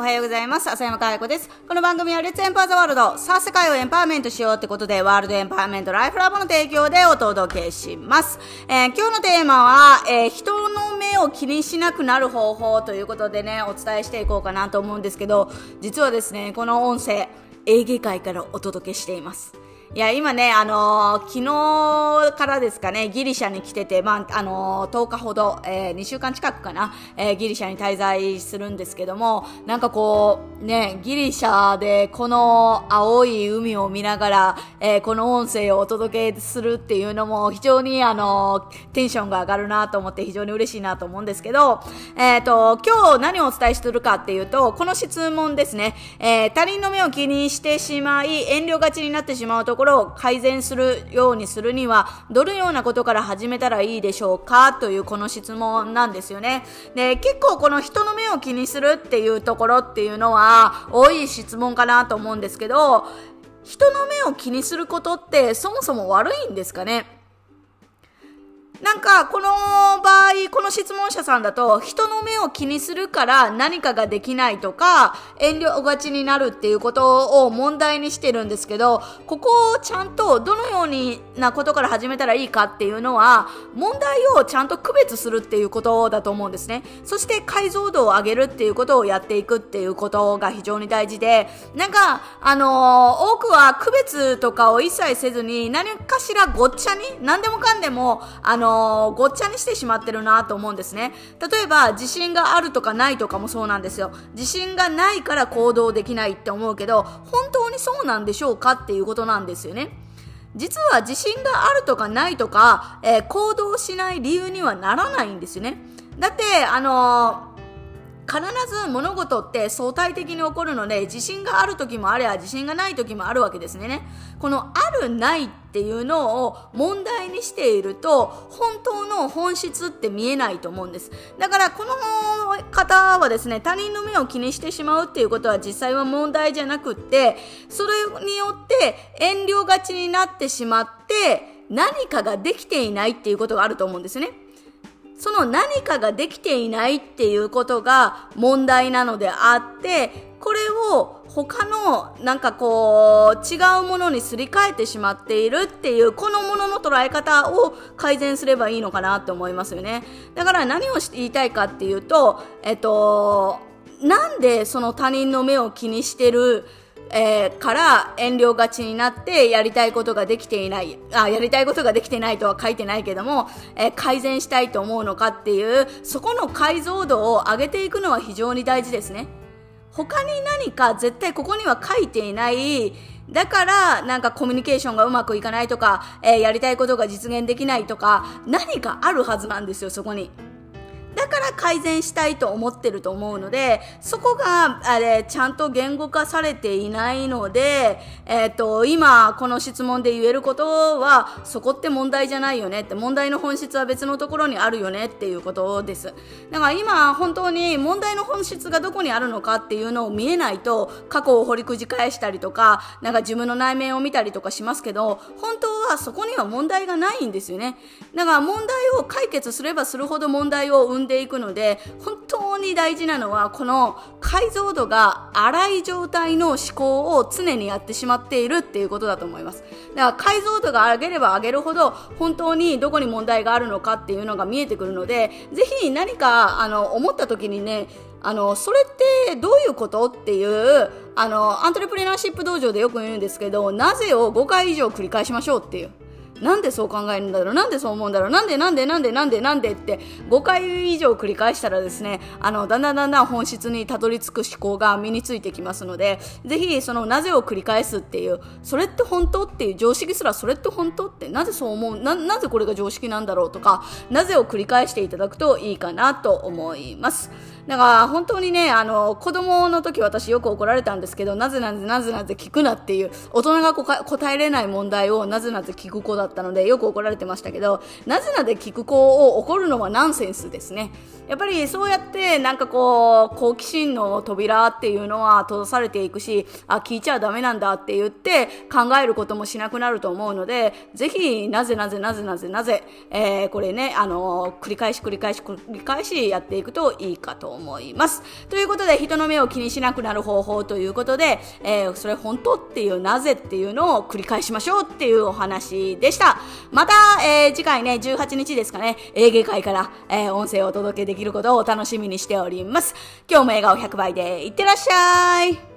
おはようございます。浅山かや子です。この番組はレッツエンパワーザワールド、さあ世界をエンパワーメントしようってことで、ワールドエンパワーメントライフラボの提供でお届けします。今日のテーマは、人の目を気にしなくなる方法ということでね、お伝えしていこうかなと思うんですけど、実はですね、この音声、エーゲ海からお届けしています。いや、今ね、昨日からですかね、ギリシャに来てて、10日ほど、2週間近くかな、ギリシャに滞在するんですけども、なんかこう、ね、ギリシャでこの青い海を見ながら、この音声をお届けするっていうのも非常にテンションが上がるなと思って非常に嬉しいなと思うんですけど、今日何をお伝えしてるかっていうと、この質問ですね、他人の目を気にしてしまい、遠慮がちになってしまうところを改善するようにするにはどのようなことから始めたらいいでしょうかというこの質問なんですよね。で、結構この人の目を気にするっていうところっていうのは多い質問かなと思うんですけど、人の目を気にすることってそもそも悪いんですかね。なんかこの場合、この質問者さんだと、人の目を気にするから何かができないとか遠慮がちになるっていうことを問題にしてるんですけど、ここをちゃんとどのようなことから始めたらいいかっていうのは、問題をちゃんと区別するっていうことだと思うんですね。そして解像度を上げるっていうことをやっていくっていうことが非常に大事で、なんか多くは区別とかを一切せずに何かしらごっちゃに何でもかんでもごっちゃにしてしまってるなと思うんですね。例えば自信があるとかないとかもそうなんですよ。自信がないから行動できないって思うけど、本当にそうなんでしょうかっていうことなんですよね。実は自信があるとかないとか、行動しない理由にはならないんですよね。だって必ず物事って相対的に起こるので、自信がある時もあれば自信がない時もあるわけですね。このあるないっていうのを問題にしていると、本当の本質って見えないと思うんです。だからこの方はですね、他人の目を気にしてしまうっていうことは実際は問題じゃなくって、それによって遠慮がちになってしまって何かができていないっていうことがあると思うんですね。その何かができていないっていうことが問題なのであって、これを他のなんかこう違うものにすり替えてしまっているっていう、このものの捉え方を改善すればいいのかなと思いますよね。だから何を言いたいかっていうと、なんでその他人の目を気にしてるから遠慮がちになってやりたいことができていない、やりたいことができてないとは書いてないけども、改善したいと思うのかっていう、そこの解像度を上げていくのは非常に大事ですね。他に何か絶対ここには書いていない、だからなんかコミュニケーションがうまくいかないとか、やりたいことが実現できないとか、何かあるはずなんですよ、そこに。だから改善したいと思ってると思うので、そこがちゃんと言語化されていないので、今この質問で言えることは、そこって問題じゃないよねって、問題の本質は別のところにあるよねっていうことです。だから今本当に問題の本質がどこにあるのかっていうのを見えないと、過去を掘りくじ返したりとか、なんか自分の内面を見たりとかしますけど、本当はそこには問題がないんですよね。だから問題を解決すればするほど問題を生んでいくので、本当に大事なのはこの解像度が荒い状態の思考を常にやってしまっているっていうことだと思います。だから解像度が上げれば上げるほど本当にどこに問題があるのかっていうのが見えてくるので、ぜひ何か思った時にね、それってどういうことっていうアントレプレナーシップ道場でよく言うんですけど、なぜを5回以上繰り返しましょうっていう。なんでそう考えるんだろう、なんでそう思うんだろう、なんでって5回以上繰り返したらですね、だんだん本質にたどり着く思考が身についてきますので、ぜひそのなぜを繰り返すっていう、それって本当っていう常識すら、それって本当って、なぜそう思う、なぜこれが常識なんだろうとか、なぜを繰り返していただくといいかなと思います。だから本当にね、子供の時私よく怒られたんですけど、なぜ聞くなっていう、大人が答えれない問題をなぜ聞く子だったのでよく怒られてましたけど、なぜ聞く子を怒るのはナンセンスですね。やっぱりそうやってなんかこう好奇心の扉っていうのは閉ざされていくし、聞いちゃダメなんだって言って考えることもしなくなると思うので、ぜひなぜ、これね繰り返しやっていくといいかと思います。ということで、人の目を気にしなくなる方法ということで、それ本当っていう、なぜっていうのを繰り返しましょうっていうお話でした。また、次回ね、18日ですかね、エーゲ海から、音声をお届けできることを楽しみにしております。今日も笑顔100倍でいってらっしゃい。